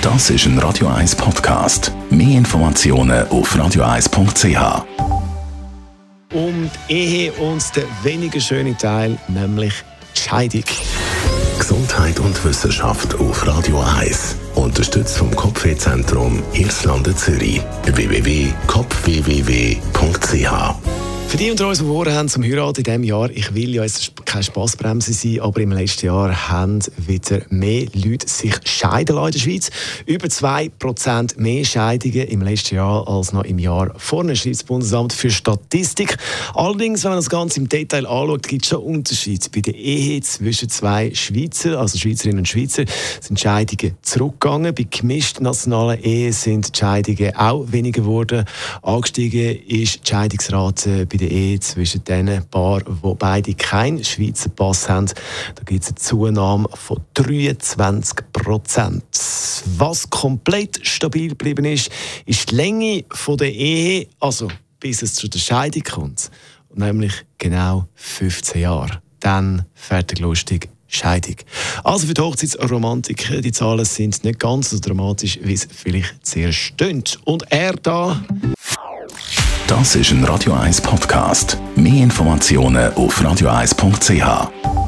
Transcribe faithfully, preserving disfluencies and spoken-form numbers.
Das ist ein Radio eins Podcast. Mehr Informationen auf radio eins punkt c h. Um die Ehe und den weniger schönen Teil, nämlich die Scheidung. Gesundheit und Wissenschaft auf Radio eins. Unterstützt vom Kopfwehzentrum Irlande Zürich. w w w punkt kopfwww punkt c h. Für die unter uns, die Ohren haben zum Heiraten in diesem Jahr, ich will ja jetzt keine Spassbremse sein, aber im letzten Jahr haben wieder mehr Leute sich scheiden lassen in der Schweiz. Über zwei Prozent mehr Scheidungen im letzten Jahr als noch im Jahr vorne, schreibt das Bundesamt für Statistik. Allerdings, wenn man das Ganze im Detail anschaut, gibt es schon Unterschiede. Bei der Ehe zwischen zwei Schweizer, also Schweizerinnen und Schweizer, sind Scheidungen zurückgegangen. Bei gemischten nationalen Ehen sind die Scheidungen auch weniger geworden. Angestiegen ist die Scheidungsrate bei der Ehe zwischen den Paaren, die beide keinen Schweizer Pass haben. Da gibt es eine Zunahme von dreiundzwanzig Prozent. Was komplett stabil geblieben ist, ist die Länge der Ehe, also bis es zu der Scheidung kommt. Nämlich genau fünfzehn Jahre. Dann fertig lustig. Scheidung. Also für die Hochzeitsromantik, die Zahlen sind nicht ganz so dramatisch, wie es vielleicht zuerst stöhnt. Und er da... Das ist ein Radio eins Podcast. Mehr Informationen auf radio eins punkt c h.